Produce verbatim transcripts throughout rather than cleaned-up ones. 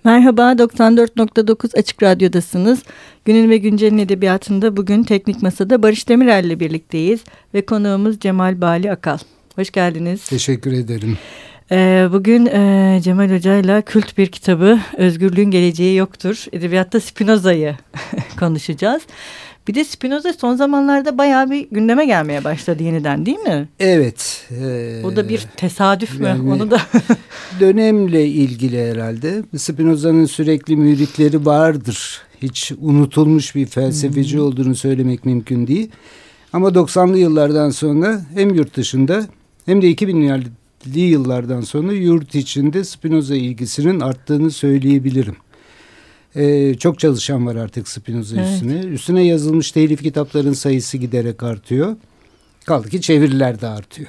Merhaba, doksan dört nokta dokuz Açık Radyo'dasınız. Günün ve Güncel'in edebiyatında bugün Teknik Masa'da Barış Demirel ile birlikteyiz. Ve konuğumuz Cemal Bali Akal. Hoş geldiniz. Teşekkür ederim. Ee, bugün e, Cemal Hoca'yla kült bir kitabı Özgürlüğün Geleceği Yoktur. Edebiyatta Spinoza'yı konuşacağız. Bir de Spinoza son zamanlarda bayağı bir gündeme gelmeye başladı yeniden, değil mi? Evet. E, o da bir tesadüf mü? Yani Onu da dönemle ilgili herhalde. Spinoza'nın sürekli müritleri vardır. Hiç unutulmuş bir felsefeci hmm. olduğunu söylemek mümkün değil. Ama doksanlı yıllardan sonra hem yurt dışında hem de iki binli yıllardan sonra yurt içinde Spinoza ilgisinin arttığını söyleyebilirim. Ee, çok çalışan var artık Spinoza evet. üstüne. Üstüne yazılmış telif kitapların sayısı giderek artıyor. Kaldı ki çeviriler de artıyor.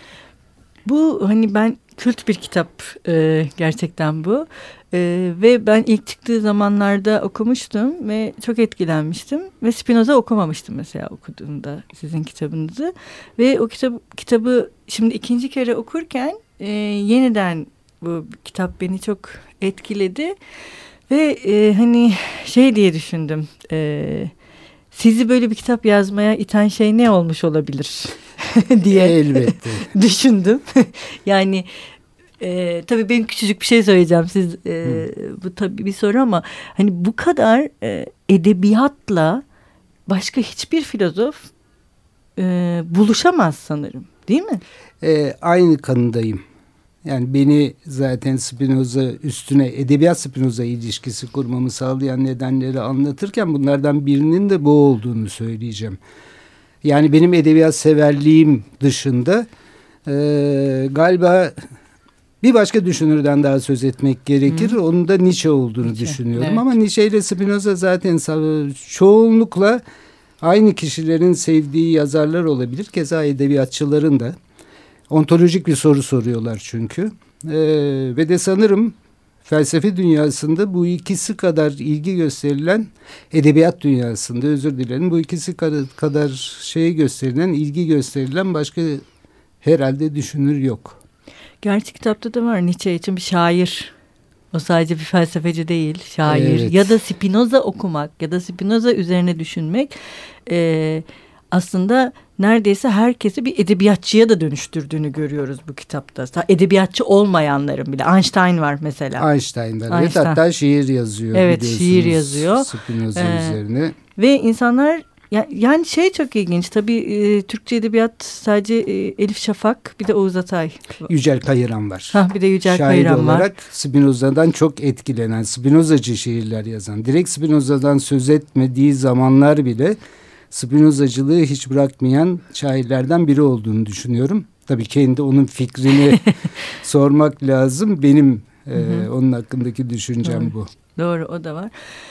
Bu hani ben kült bir kitap e, gerçekten bu. E, ve ben ilk çıktığı zamanlarda okumuştum ve çok etkilenmiştim. Ve Spinoza okumamıştım mesela okuduğumda sizin kitabınızı. Ve o kitap, kitabı şimdi ikinci kere okurken e, yeniden bu kitap beni çok etkiledi. Ve e, hani şey diye düşündüm, e, sizi böyle bir kitap yazmaya iten şey ne olmuş olabilir diye elbette düşündüm. Yani e, tabii ben küçücük bir şey söyleyeceğim, siz e, bu tabii bir soru ama hani bu kadar e, edebiyatla başka hiçbir filozof e, buluşamaz sanırım, değil mi? E, aynı kanıdayım. Yani beni zaten Spinoza üstüne edebiyat Spinoza ilişkisi kurmamı sağlayan nedenleri anlatırken bunlardan birinin de bu olduğunu söyleyeceğim. Yani benim edebiyat severliğim dışında e, galiba bir başka düşünürden daha söz etmek gerekir. Hı. Onun da Nietzsche olduğunu Nietzsche. düşünüyorum. Evet. Ama Nietzsche ile Spinoza zaten çoğunlukla aynı kişilerin sevdiği yazarlar olabilir. Keza edebiyatçıların da. Ontolojik bir soru soruyorlar çünkü. Ee, ve de sanırım felsefe dünyasında bu ikisi kadar ilgi gösterilen, edebiyat dünyasında özür dilerim, bu ikisi kadar, kadar şeye gösterilen, ilgi gösterilen başka herhalde düşünür yok. Gerçi kitapta da var Nietzsche için bir şair. O sadece bir felsefeci değil, şair. Evet. Ya da Spinoza okumak ya da Spinoza üzerine düşünmek e, aslında neredeyse herkesi bir edebiyatçıya da dönüştürdüğünü görüyoruz bu kitapta. Edebiyatçı olmayanların bile. Einstein var mesela. Einstein var. Evet, hatta şiir yazıyor. Evet, şiir yazıyor. Spinoza ee, üzerine. Ve insanlar yani şey çok ilginç. Tabii e, Türkçe edebiyat sadece e, Elif Şafak, bir de Oğuz Atay. Yücel Kayıran var. Ha, bir de Yücel Şair Kayıran var. Şair olarak Spinoza'dan çok etkilenen, Spinozacı şiirler yazan, direkt Spinoza'dan söz etmediği zamanlar bile Spinozacılığı hiç bırakmayan şairlerden biri olduğunu düşünüyorum. Tabii kendi onun fikrini sormak lazım. Benim e, onun hakkındaki düşüncem Doğru. bu. Doğru, o da var.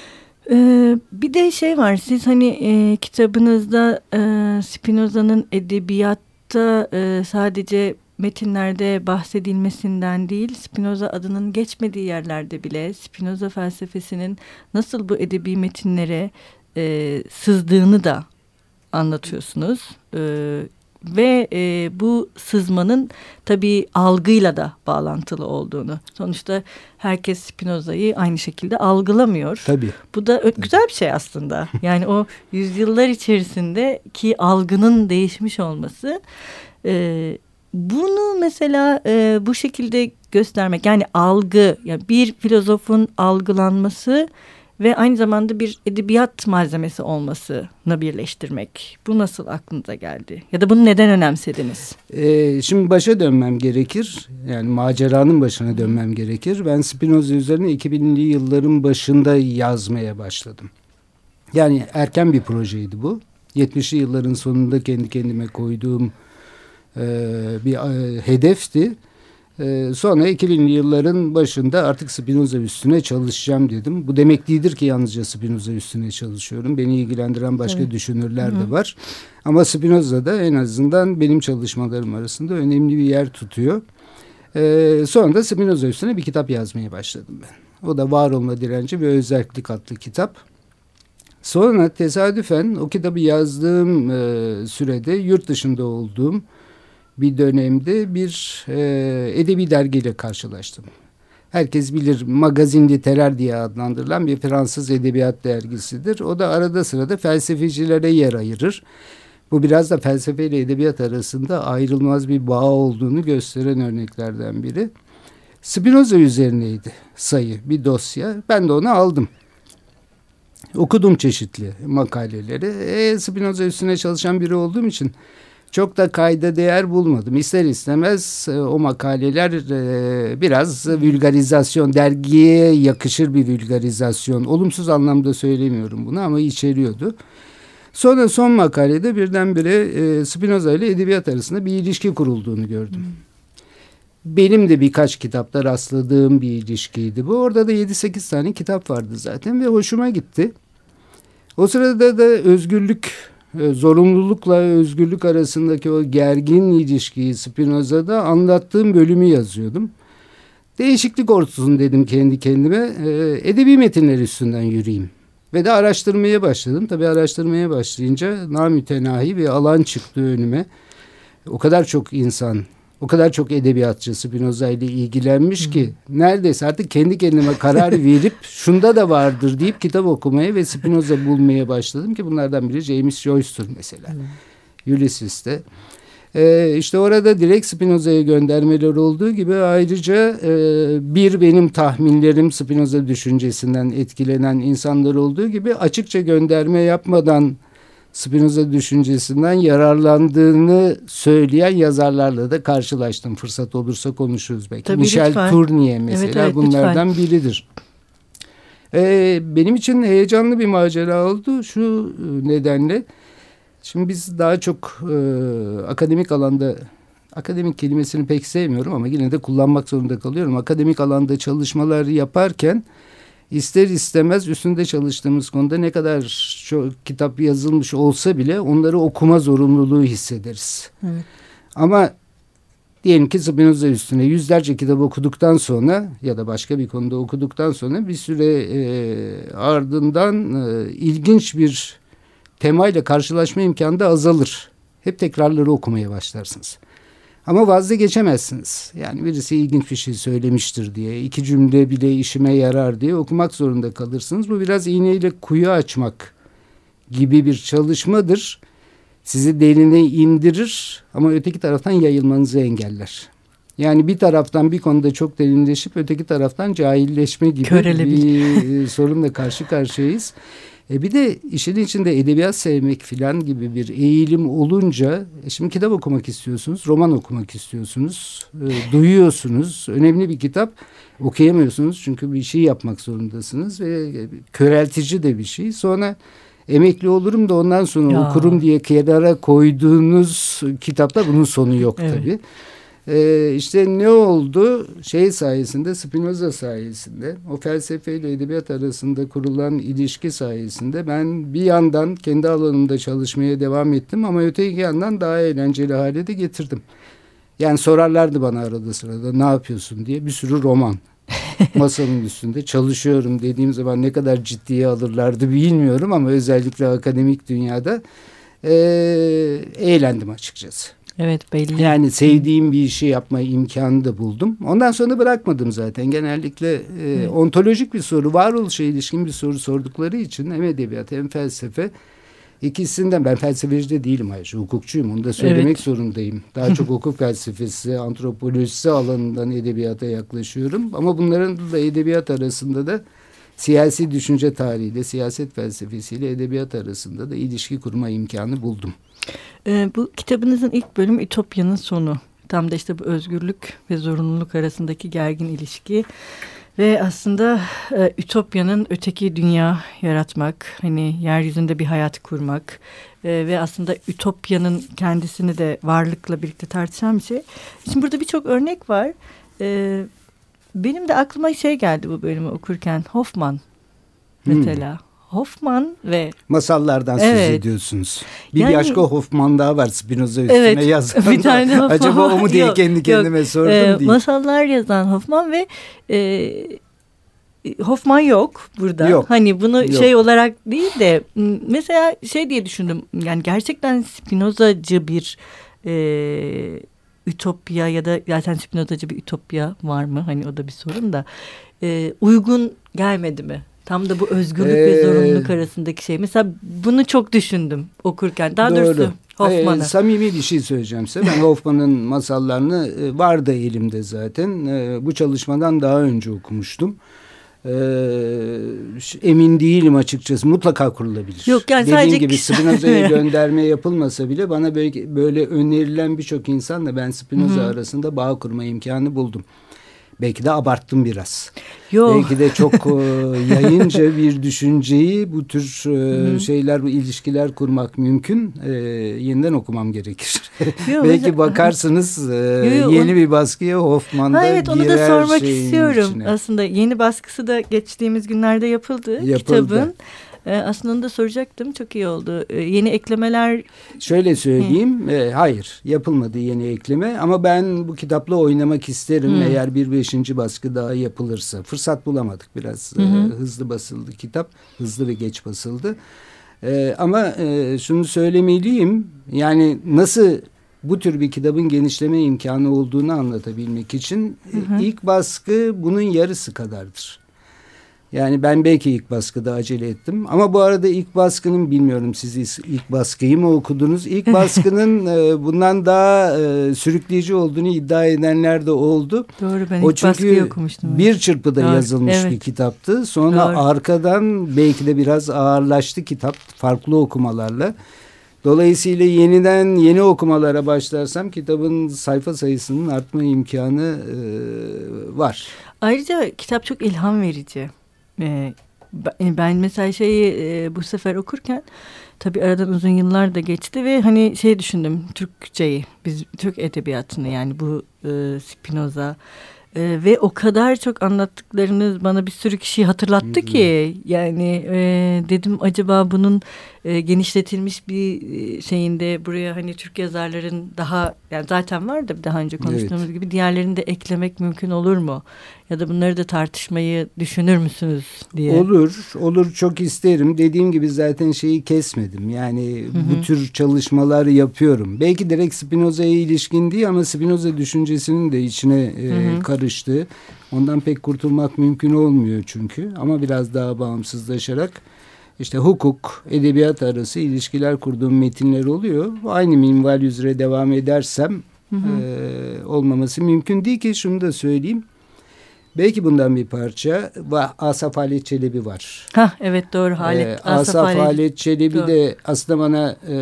Ee, bir de şey var, siz hani e, kitabınızda e, Spinoza'nın edebiyatta e, sadece metinlerde bahsedilmesinden değil, Spinoza adının geçmediği yerlerde bile Spinoza felsefesinin nasıl bu edebi metinlere e, sızdığını da anlatıyorsunuz. Ee, ve e, bu sızmanın tabii algıyla da bağlantılı olduğunu. Sonuçta herkes Spinoza'yı aynı şekilde algılamıyor. Tabii. Bu da Tabii. güzel bir şey aslında. Yani o yüzyıllar içerisindeki algının değişmiş olması. E, bunu mesela e, bu şekilde göstermek, yani algı, yani bir filozofun algılanması ve aynı zamanda bir edebiyat malzemesi olmasını birleştirmek. Bu nasıl aklınıza geldi? Ya da bunu neden önemsediniz? Ee, şimdi başa dönmem gerekir. Yani maceranın başına dönmem gerekir. Ben Spinoza üzerine iki binli yılların başında yazmaya başladım. Yani erken bir projeydi bu. yetmişli yılların sonunda kendi kendime koyduğum e, bir e, hedefti. Ee, sonra iki binli yılların başında artık Spinoza üstüne çalışacağım dedim. Bu demek değildir ki yalnızca Spinoza üstüne çalışıyorum. Beni ilgilendiren başka evet. düşünürler Hı-hı. de var. Ama Spinoza da en azından benim çalışmalarım arasında önemli bir yer tutuyor. Ee, sonra da Spinoza üstüne bir kitap yazmaya başladım ben. O da Var Olma Direnci ve Özerklik adlı kitap. Sonra tesadüfen o kitabı yazdığım e, sürede yurt dışında olduğum bir dönemde bir e, edebi dergiyle karşılaştım. Herkes bilir, Magazin Littéraire diye adlandırılan bir Fransız edebiyat dergisidir. O da arada sırada felsefecilere yer ayırır. Bu biraz da felsefe ile edebiyat arasında ayrılmaz bir bağ olduğunu gösteren örneklerden biri. Spinoza üzerineydi sayı, bir dosya. Ben de onu aldım. Okudum çeşitli makaleleri. E, Spinoza üstüne çalışan biri olduğum için çok da kayda değer bulmadım. İster istemez e, o makaleler e, biraz vulgarizasyon, dergiye yakışır bir vulgarizasyon. Olumsuz anlamda söylemiyorum bunu ama içeriyordu. Sonra son makalede birdenbire e, Spinoza ile edebiyat arasında bir ilişki kurulduğunu gördüm. Hmm. Benim de birkaç kitapta rastladığım bir ilişkiydi bu. Orada da yedi sekiz tane kitap vardı zaten ve hoşuma gitti. O sırada da özgürlük, zorunlulukla özgürlük arasındaki o gergin ilişkiyi Spinoza'da anlattığım bölümü yazıyordum. Değişiklik olsun dedim kendi kendime. Edebi metinler üstünden yürüyeyim. Ve de araştırmaya başladım. Tabii araştırmaya başlayınca namütenahi bir alan çıktı önüme. O kadar çok insan, o kadar çok edebiyatçı Spinoza ile ilgilenmiş ki neredeyse artık kendi kendime karar verip şunda da vardır deyip kitap okumaya ve Spinoza bulmaya başladım ki bunlardan biri James Joyce'tur mesela. Hmm. Ulysses'te. Ee, işte orada direkt Spinoza'ya göndermeler olduğu gibi ayrıca e, bir benim tahminlerim Spinoza düşüncesinden etkilenen insanlar olduğu gibi açıkça gönderme yapmadan Spinoza düşüncesinden yararlandığını söyleyen yazarlarla da karşılaştım. Fırsat olursa konuşuruz belki. Tabii, Michel lütfen. Tournier mesela evet, evet, bunlardan lütfen. biridir. Ee, benim için heyecanlı bir macera oldu şu nedenle. Şimdi biz daha çok e, akademik alanda, akademik kelimesini pek sevmiyorum ama yine de kullanmak zorunda kalıyorum. Akademik alanda çalışmalar yaparken İster istemez üstünde çalıştığımız konuda ne kadar çok kitap yazılmış olsa bile onları okuma zorunluluğu hissederiz. Evet. Ama diyelim ki Spinoza üstüne yüzlerce kitap okuduktan sonra ya da başka bir konuda okuduktan sonra bir süre e, ardından e, ilginç bir temayla karşılaşma imkanı da azalır. Hep tekrarları okumaya başlarsınız. Ama vazgeçemezsiniz. Yani birisi ilginç bir şey söylemiştir diye, iki cümle bile işime yarar diye okumak zorunda kalırsınız. Bu biraz iğneyle kuyu açmak gibi bir çalışmadır. Sizi derine indirir ama öteki taraftan yayılmanızı engeller. Yani bir taraftan bir konuda çok derinleşip öteki taraftan cahilleşme gibi bir sorunla karşı karşıyayız. E bir de işin içinde edebiyat sevmek filan gibi bir eğilim olunca e şimdi kitap okumak istiyorsunuz, roman okumak istiyorsunuz, e, duyuyorsunuz. Önemli bir kitap okuyamıyorsunuz çünkü bir şey yapmak zorundasınız ve köreltici de bir şey. Sonra emekli olurum da ondan sonra ya. okurum diye kenara koyduğunuz kitapta bunun sonu yok evet. tabii. Ee, işte ne oldu? Şey sayesinde, Spinoza sayesinde, o felsefeyle edebiyat arasında kurulan ilişki sayesinde ben bir yandan kendi alanımda çalışmaya devam ettim ama öteki yandan daha eğlenceli hale de getirdim. Yani sorarlardı bana arada sırada ne yapıyorsun diye, bir sürü roman masanın üstünde çalışıyorum dediğim zaman ne kadar ciddiye alırlardı bilmiyorum ama özellikle akademik dünyada e, eğlendim açıkçası. Evet belli. Yani sevdiğim bir işi yapma imkanı da buldum. Ondan sonra bırakmadım zaten. Genellikle e, ontolojik bir soru, varoluşa ilişkin bir soru sordukları için hem edebiyat hem felsefe ikisinden, ben felsefeci de değilim ayrıca, hukukçuyum. Onu da söylemek evet. zorundayım. Daha çok hukuk felsefesi, antropolojisi alanından edebiyata yaklaşıyorum. Ama bunların da edebiyat arasında da siyasi düşünce tarihiyle, siyaset felsefesiyle edebiyat arasında da ilişki kurma imkanı buldum. Ee, bu kitabınızın ilk bölümü Ütopya'nın sonu. Tam da işte bu özgürlük ve zorunluluk arasındaki gergin ilişki. Ve aslında e, Ütopya'nın öteki dünya yaratmak, hani yeryüzünde bir hayat kurmak e, ve aslında Ütopya'nın kendisini de varlıkla birlikte tartışan bir şey. Şimdi burada birçok örnek var. E, benim de aklıma şey geldi bu bölümü okurken, Hoffman mesela. Hmm. Hoffman ve... Masallardan evet. söz ediyorsunuz. Bir yani, başka Hoffman daha var Spinoza üstüne evet, yazan. Bir tane Hoffman acaba o mu diye yok, kendi kendime yok. sordum ee, değil. Masallar yazan Hoffman ve e, Hoffman yok burada. Yok. Hani bunu yok. şey olarak değil de mesela şey diye düşündüm. Yani gerçekten Spinozacı bir e, ütopya ya da zaten Spinozacı bir ütopya var mı? Hani o da bir sorun da e, uygun gelmedi mi? Tam da bu özgürlük ee, ve zorunluluk arasındaki şey. Mesela bunu çok düşündüm okurken. Daha doğru. doğrusu Hoffman'ı. Ee, samimi bir şey söyleyeceğim size. Ben Hoffman'ın masallarını e, vardı elimde zaten. E, bu çalışmadan daha önce okumuştum. Ee, emin değilim açıkçası. Mutlaka kurulabilir. Yok, yani dediğim sadece gibi Spinoza'ya gönderme yapılmasa bile bana böyle, böyle önerilen birçok insanla ben Spinoza Hı-hı. arasında bağ kurma imkanı buldum. Belki de abarttım biraz. Yok. Belki de çok e, yayınca bir düşünceyi bu tür e, şeyler, bu ilişkiler kurmak mümkün. E, yeniden okumam gerekir. Yo, belki mesela, bakarsınız e, yo, yo, yeni on... bir baskıya Hoffman'da ha, evet, onu da sormak istiyorum. Içine. Aslında yeni baskısı da geçtiğimiz günlerde yapıldı, yapıldı. kitabın. Ee, aslında onu da soracaktım. Çok iyi oldu. Ee, yeni eklemeler... Şöyle söyleyeyim. E, hayır. Yapılmadı yeni ekleme. Ama ben bu kitapla oynamak isterim. Hmm. Eğer bir beşinci baskı daha yapılırsa. Fırsat bulamadık. Biraz e, hızlı basıldı kitap. Hızlı ve geç basıldı. E, ama e, şunu söylemeliyim. Yani nasıl bu tür bir kitabın genişleme imkanı olduğunu anlatabilmek için hı hı. ilk baskı bunun yarısı kadardır. Yani ben belki ilk baskıda acele ettim. Ama bu arada ilk baskının, bilmiyorum siz ilk baskıyı mı okudunuz? İlk baskının e, bundan daha e, sürükleyici olduğunu iddia edenler de oldu. Doğru, ben o ilk baskıyı okumuştum. Bir çırpıda Doğru, yazılmış evet. bir kitaptı. Sonra Doğru. arkadan belki de biraz ağırlaştı kitap farklı okumalarla. Dolayısıyla yeniden yeni okumalara başlarsam kitabın sayfa sayısının artma imkanı e, var. Ayrıca kitap çok ilham verici. Ee, ben mesela şeyi e, bu sefer okurken tabii aradan uzun yıllar da geçti ve hani şey düşündüm, Türkçeyi, biz Türk edebiyatını, yani bu e, Spinoza e, ve o kadar çok anlattıklarınız bana bir sürü kişiyi hatırlattı Hı-hı. ki yani e, dedim acaba bunun e, genişletilmiş bir şeyinde buraya hani Türk yazarların daha, yani zaten var da daha önce konuştuğumuz evet. gibi diğerlerini de eklemek mümkün olur mu? Ya da bunları da tartışmayı düşünür müsünüz diye. Olur, olur, çok isterim. Dediğim gibi zaten şeyi kesmedim. Yani hı hı. bu tür çalışmalar yapıyorum. Belki direkt Spinoza'ya ilişkin değil ama Spinoza düşüncesinin de içine e, karıştığı. Ondan pek kurtulmak mümkün olmuyor çünkü. Ama biraz daha bağımsızlaşarak işte hukuk, edebiyat arası ilişkiler kurduğum metinler oluyor. Aynı minval üzere devam edersem hı hı. E, olmaması mümkün değil ki. Şunu da söyleyeyim. Belki bundan bir parça. Asaf Halet Çelebi var. Hah, evet doğru. Halet, ee, Asaf, Asaf Halet, Halet Çelebi doğru. de aslında bana e,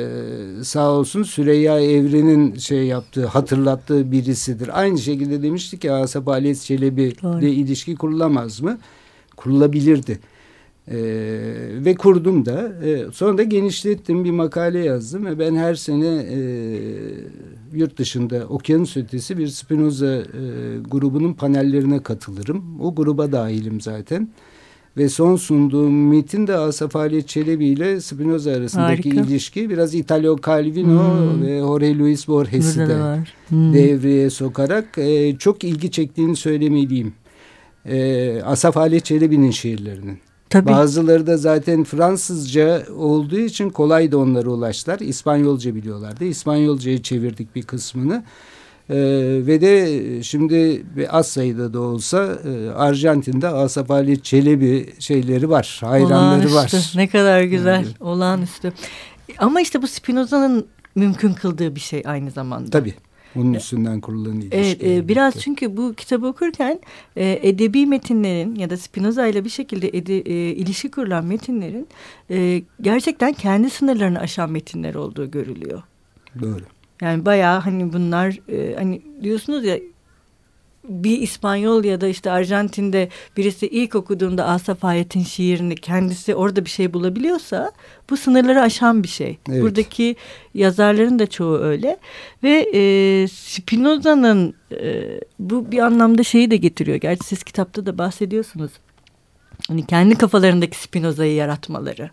sağ olsun Süreyya Evren'in şey yaptığı, hatırlattığı birisidir. Aynı şekilde demişti ki Asaf Halet Çelebi ile ilişki kurulamaz mı? Kurulabilirdi. Ee, ve kurdum da ee, sonra da genişlettim, bir makale yazdım ve ben her sene e, yurt dışında okyanus ötesi bir Spinoza e, grubunun panellerine katılırım. O gruba dahilim zaten ve son sunduğum metin de Asaf Halet Çelebi ile Spinoza arasındaki Harika. ilişki biraz Italo Calvino hmm. ve Jorge Luis Borges'i de hmm. devreye sokarak e, çok ilgi çektiğini söylemeliyim. E, Asaf Halet Çelebi'nin şiirlerinin. Tabii. Bazıları da zaten Fransızca olduğu için kolay da onlara ulaştılar. İspanyolca biliyorlardı. İspanyolca'ya çevirdik bir kısmını. Ee, ve de şimdi az sayıda da olsa e, Arjantin'de Asaf Halet Çelebi şeyleri var. Hayranları olağanüstü. var. Ne kadar güzel. Evet. Olağanüstü. Ama işte bu Spinoza'nın mümkün kıldığı bir şey aynı zamanda. Tabii. Onun üstünden kurulan ilişki. Evet, e, biraz çünkü bu kitabı okurken e, edebi metinlerin ya da Spinoza ile bir şekilde ede, e, ilişki kurulan metinlerin e, gerçekten kendi sınırlarını aşan metinler olduğu görülüyor. Doğru. Yani bayağı hani bunlar e, hani diyorsunuz ya, bir İspanyol ya da işte Arjantin'de birisi ilk okuduğunda Asaf Halet'in şiirini kendisi orada bir şey bulabiliyorsa bu sınırları aşan bir şey. Evet. Buradaki yazarların da çoğu öyle ve e, Spinoza'nın e, bu bir anlamda şeyi de getiriyor. Gerçi siz kitapta da bahsediyorsunuz. Hani kendi kafalarındaki Spinoza'yı yaratmaları.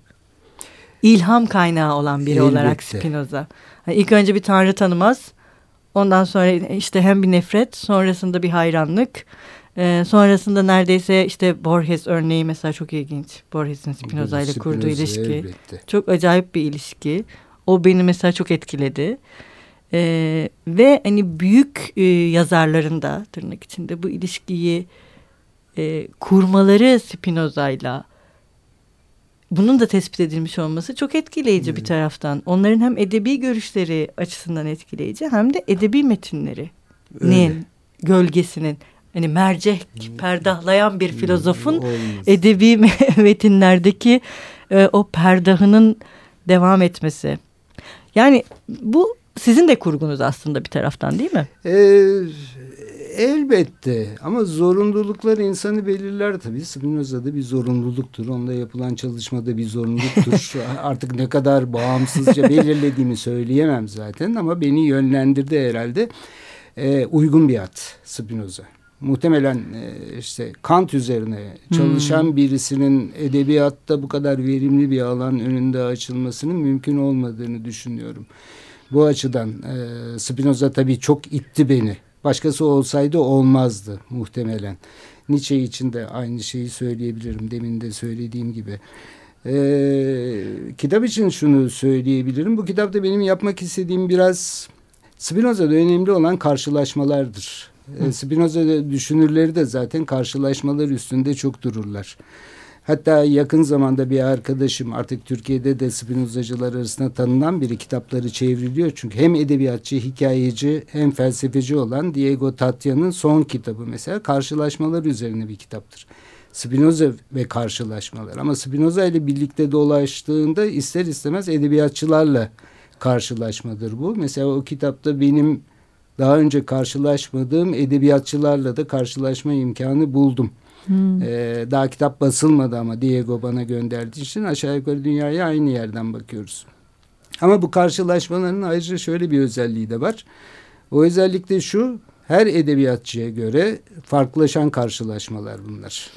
İlham kaynağı olan biri Elbette. olarak Spinoza. Yani ilk önce bir tanrı tanımaz. Ondan sonra işte hem bir nefret, sonrasında bir hayranlık, e, sonrasında neredeyse işte Borges örneği mesela çok ilginç. Borges'in Spinoza ile kurduğu ilişki. Elbette. Çok acayip bir ilişki. O beni mesela çok etkiledi. Ee, ve hani büyük e, yazarların da tırnak içinde bu ilişkiyi e, kurmaları Spinoza'yla, bunun da tespit edilmiş olması çok etkileyici, evet. Bir taraftan. Onların hem edebi görüşleri açısından etkileyici hem de edebi metinlerinin gölgesinin, hani mercek perdahlayan bir filozofun Olmaz. edebi metinlerdeki e, o perdahının devam etmesi. Yani bu sizin de kurgunuz aslında bir taraftan, değil mi? Ee, elbette ama zorunluluklar insanı belirler tabii. Spinoza'da bir zorunluluktur. Onda yapılan çalışmada bir zorunluluktur. Artık ne kadar bağımsızca belirlediğimi söyleyemem zaten ama beni yönlendirdi herhalde. Ee, uygun bir at Spinoza. Muhtemelen e, işte Kant üzerine çalışan hmm. birisinin edebiyatta bu kadar verimli bir alan önünde açılmasının mümkün olmadığını düşünüyorum. Bu açıdan e, Spinoza tabii çok itti beni. Başkası olsaydı olmazdı muhtemelen. Nietzsche için de aynı şeyi söyleyebilirim. Demin de söylediğim gibi. E, kitap için şunu söyleyebilirim. Bu kitapta benim yapmak istediğim biraz Spinoza'da önemli olan karşılaşmalardır. E, Spinoza'da düşünürleri de zaten karşılaşmalar üstünde çok dururlar. Hatta yakın zamanda bir arkadaşım, artık Türkiye'de de Spinozacılar arasında tanınan biri, kitapları çevriliyor. Çünkü hem edebiyatçı, hikayeci hem felsefeci olan Diego Tatia'nın son kitabı mesela karşılaşmalar üzerine bir kitaptır. Spinoza ve karşılaşmalar. Ama Spinoza ile birlikte dolaştığında ister istemez edebiyatçılarla karşılaşmadır bu. Mesela o kitapta benim daha önce karşılaşmadığım edebiyatçılarla da karşılaşma imkanı buldum. Hmm. Ee, daha kitap basılmadı ama Diego bana gönderdiği için aşağı yukarı dünyaya aynı yerden bakıyoruz. Ama bu karşılaşmaların ayrıca şöyle bir özelliği de var. O özellik de şu: her edebiyatçıya göre farklılaşan karşılaşmalar bunlar.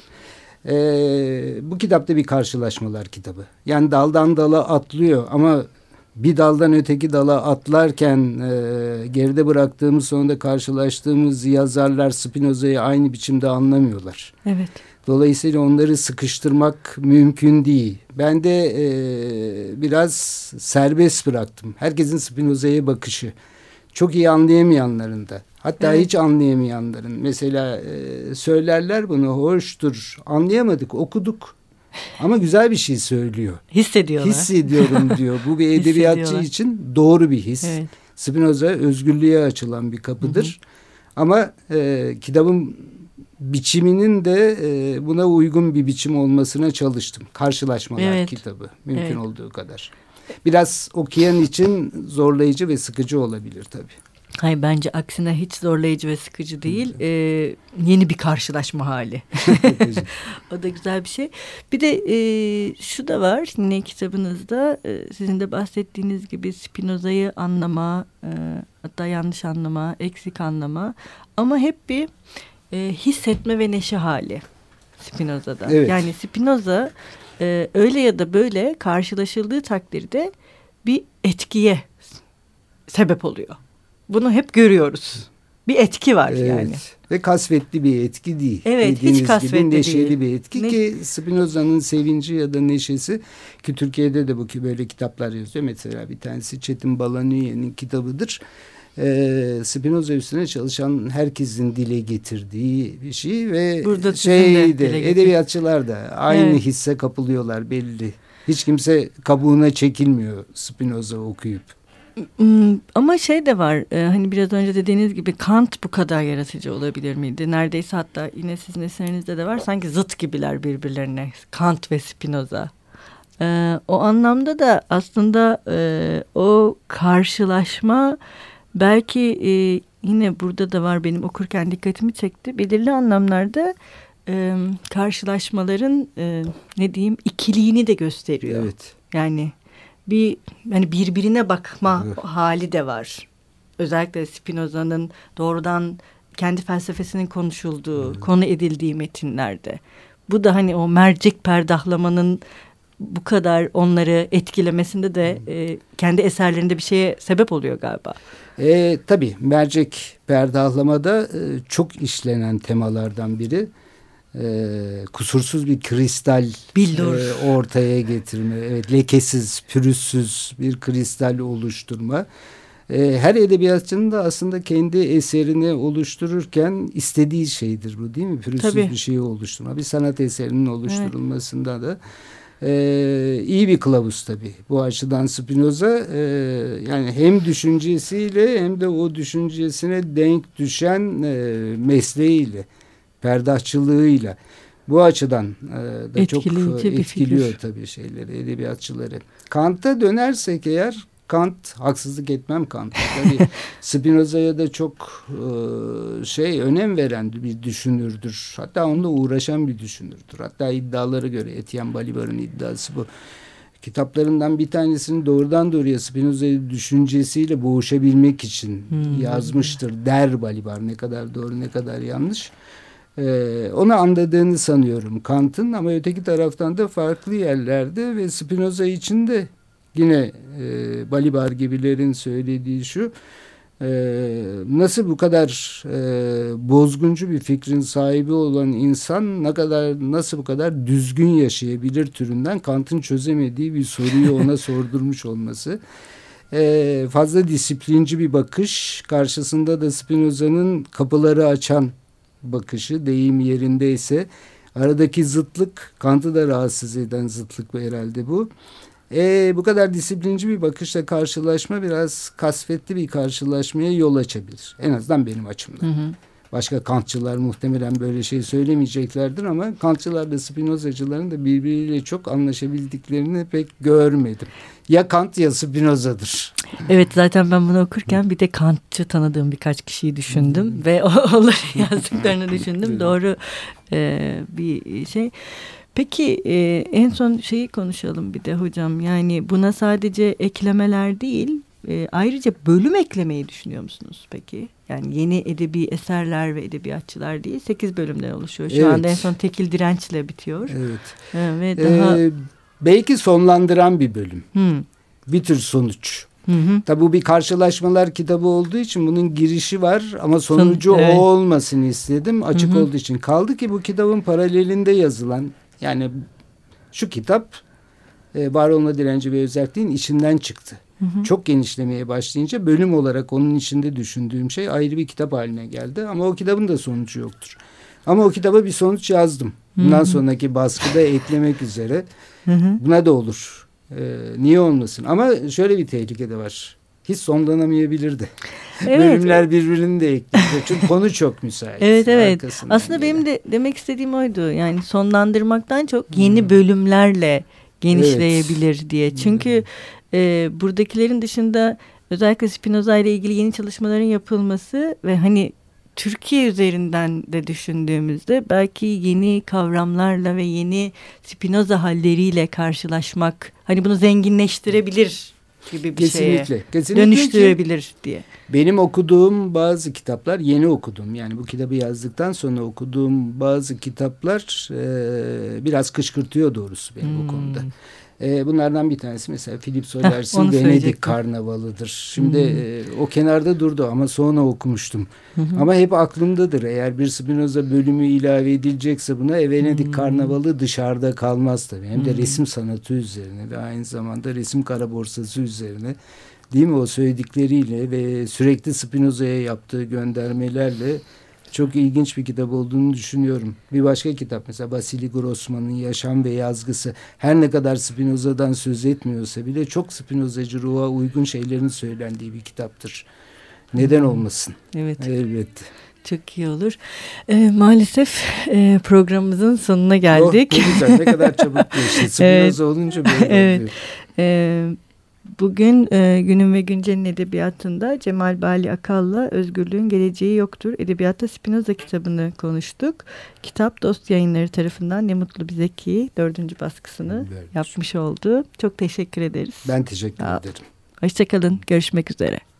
Ee, bu kitapta bir karşılaşmalar kitabı. Yani daldan dala atlıyor ama bir daldan öteki dala atlarken e, geride bıraktığımız, sonunda karşılaştığımız yazarlar Spinoza'yı aynı biçimde anlamıyorlar. Evet. Dolayısıyla onları sıkıştırmak mümkün değil. Ben de e, biraz serbest bıraktım. Herkesin Spinoza'ya bakışı. Çok iyi anlayamayanların da. Hatta evet. hiç anlayamayanların. Mesela e, söylerler bunu, hoştur, anlayamadık, okuduk. Ama güzel bir şey söylüyor. Hissediyorlar. Hissediyorum diyor. Bu bir edebiyatçı için doğru bir his. Evet. Spinoza özgürlüğe açılan bir kapıdır. Hı hı. Ama e, kitabın biçiminin de e, buna uygun bir biçim olmasına çalıştım. Karşılaşmalar evet. kitabı. Mümkün evet. olduğu kadar. Biraz okuyan için zorlayıcı ve sıkıcı olabilir tabii. Hayır, bence aksine hiç zorlayıcı ve sıkıcı değil. Ee, yeni bir karşılaşma hali. O da güzel bir şey. Bir de e, şu da var yine kitabınızda, e, sizin de bahsettiğiniz gibi Spinoza'yı anlama, e, hatta yanlış anlama, eksik anlama ama hep bir e, hissetme ve neşe hali Spinoza'da. Evet. Yani Spinoza e, öyle ya da böyle karşılaşıldığı takdirde bir etkiye sebep oluyor. Bunu hep görüyoruz. Bir etki var evet. yani. Ve kasvetli bir etki değil. Evet, dediğiniz hiç kasvetli gibi neşeli değil. bir etki ne? Ki Spinoza'nın sevinci ya da neşesi, ki Türkiye'de de bu ki böyle kitaplar yazıyor. Mesela bir tanesi Çetin Balanüye'nin kitabıdır. Ee, Spinoza üstüne çalışan herkesin dile getirdiği bir şey ve burada şeyde edebiyatçılar da aynı evet. hisse kapılıyorlar belli. Hiç kimse kabuğuna çekilmiyor Spinoza okuyup. Ama şey de var, hani biraz önce dediğiniz gibi Kant bu kadar yaratıcı olabilir miydi? Neredeyse, hatta yine sizin eserinizde de var, sanki zıt gibiler birbirlerine, Kant ve Spinoza. O anlamda da aslında o karşılaşma belki yine burada da var, benim okurken dikkatimi çekti. Belirli anlamlarda karşılaşmaların ne diyeyim ikiliğini de gösteriyor. Evet. Yani bir hani birbirine bakma evet. hali de var. Özellikle Spinoza'nın doğrudan kendi felsefesinin konuşulduğu, evet. konu edildiği metinlerde. Bu da hani o mercek perdahlamanın bu kadar onları etkilemesinde de e, kendi eserlerinde bir şeye sebep oluyor galiba. E, tabii mercek perdahlamada e, çok işlenen temalardan biri. Ee, kusursuz bir kristal e, ortaya getirme, evet, lekesiz, pürüzsüz bir kristal oluşturma. E, her edebiyatçının da aslında kendi eserini oluştururken istediği şeydir bu, değil mi? Pürüzsüz bir şeyi oluşturma. Bir sanat eserinin oluşturulmasında evet. da e, iyi bir kılavuz tabii. Bu açıdan Spinoza e, yani hem düşüncesiyle hem de o düşüncesine denk düşen e, mesleğiyle, perdahçılığıyla bu açıdan e, da çok e, etkiliyor tabii şeyleri, edebiyatçıları. Kant'a dönersek eğer, Kant, haksızlık etmem Kant'a. Tabii Spinoza'ya da çok e, şey önem veren bir düşünürdür. Hatta onunla uğraşan bir düşünürdür. Hatta iddialara göre Etienne Balibar'ın iddiası bu. Kitaplarından bir tanesini doğrudan doğruya Spinoza'yı düşüncesiyle boğuşabilmek için hmm. yazmıştır der Balibar. Ne kadar doğru, ne kadar yanlış. Ee, onu anladığını sanıyorum Kant'ın, ama öteki taraftan da farklı yerlerde ve Spinoza için de yine e, Balibar gibilerin söylediği şu, e, nasıl bu kadar e, bozguncu bir fikrin sahibi olan insan ne kadar nasıl bu kadar düzgün yaşayabilir türünden Kant'ın çözemediği bir soruyu ona sordurmuş olması. E, fazla disiplinci bir bakış, karşısında da Spinoza'nın kapıları açan bakışı, deyim yerindeyse, aradaki zıtlık, Kant'ı da rahatsız eden zıtlık herhalde bu. E, bu kadar disiplinci bir bakışla karşılaşma biraz kasvetli bir karşılaşmaya yol açabilir. En azından benim açımdan. Hı hı. Başka Kantçılar muhtemelen böyle şey söylemeyeceklerdir ama Kantçılarla Spinozacıların da birbiriyle çok anlaşabildiklerini pek görmedim. Ya Kant ya Spinoza'dır. Evet, zaten ben bunu okurken bir de Kantçı tanıdığım birkaç kişiyi düşündüm ve onların yazdıklarını düşündüm. Doğru e, bir şey. Peki e, en son şeyi konuşalım bir de hocam. Yani buna sadece eklemeler değil, e, ayrıca bölüm eklemeyi düşünüyor musunuz peki? Yani yeni edebi eserler ve edebiyatçılar değil, sekiz bölümden oluşuyor. Şu evet. anda en son Tekil Direnç'le bitiyor. Evet. Evet. Daha... Ee, belki sonlandıran bir bölüm. Hmm. Bir tür sonuç. Hı hı. Tabii bu bir karşılaşmalar kitabı olduğu için bunun girişi var ama sonucu Son, evet. o olmasını istedim. Açık hı hı. olduğu için. Kaldı ki bu kitabın paralelinde yazılan, yani şu kitap e, var olma direnci ve özelliğin içinden çıktı. Hı hı. Çok genişlemeye başlayınca bölüm olarak onun içinde düşündüğüm şey ayrı bir kitap haline geldi. Ama o kitabın da sonucu yoktur. Ama o kitaba bir sonuç yazdım. Bundan hı hı. sonraki baskıda eklemek üzere. Hı hı. Buna da olur. Ee, niye olmasın? Ama şöyle bir tehlike de var. Hiç sonlanamayabilirdi. Evet. Bölümler birbirini de ekliyor. Çünkü konu çok müsait. Evet evet. Aslında yine. Benim de demek istediğim oydu. Yani sonlandırmaktan çok yeni hmm. bölümlerle genişleyebilir evet. diye. Çünkü hmm. e, buradakilerin dışında özellikle Spinoza ile ilgili yeni çalışmaların yapılması ve hani Türkiye üzerinden de düşündüğümüzde belki yeni kavramlarla ve yeni Spinoza halleriyle karşılaşmak hani bunu zenginleştirebilir gibi bir kesinlikle, şeye kesinlikle dönüştürebilir diye. Benim okuduğum bazı kitaplar, yeni okudum. Yani bu kitabı yazdıktan sonra okuduğum bazı kitaplar e, biraz kışkırtıyor doğrusu beni hmm. bu konuda. E, bunlardan bir tanesi mesela Philip Sollers'in Venedik Karnavalı'dır. Şimdi hmm. e, o kenarda durdu ama sonra okumuştum. Hmm. Ama hep aklımdadır. Eğer bir Spinoza bölümü ilave edilecekse buna e, Venedik hmm. Karnavalı dışarıda kalmaz tabii. Hem de hmm. resim sanatı üzerine ve aynı zamanda resim kara borsası üzerine. Değil mi? O söyledikleriyle ve sürekli Spinoza'ya yaptığı göndermelerle çok ilginç bir kitap olduğunu düşünüyorum. Bir başka kitap mesela Vasily Grossman'ın Yaşam ve Yazgısı. Her ne kadar Spinoza'dan söz etmiyorsa bile çok Spinozacı ruha uygun şeylerin söylendiği bir kitaptır. Neden hmm. olmasın? Evet. Elbette. Çok iyi olur. E, maalesef e, programımızın sonuna geldik. Oh, ne güzel, ne kadar çabuk geçti. Spinoza evet. olunca böyle evet. oluyor. Evet. Bugün e, Günün ve Güncel'in edebiyatında Cemal Bali Akal'la Özgürlüğün Geleceği Yoktur Edebiyatta Spinoza kitabını konuştuk. Kitap Dost Yayınları tarafından Ne Mutlu Bize Ki dördüncü baskısını evet. yapmış oldu. Çok teşekkür ederiz. Ben teşekkür Aa, ederim. Hoşçakalın. Görüşmek üzere.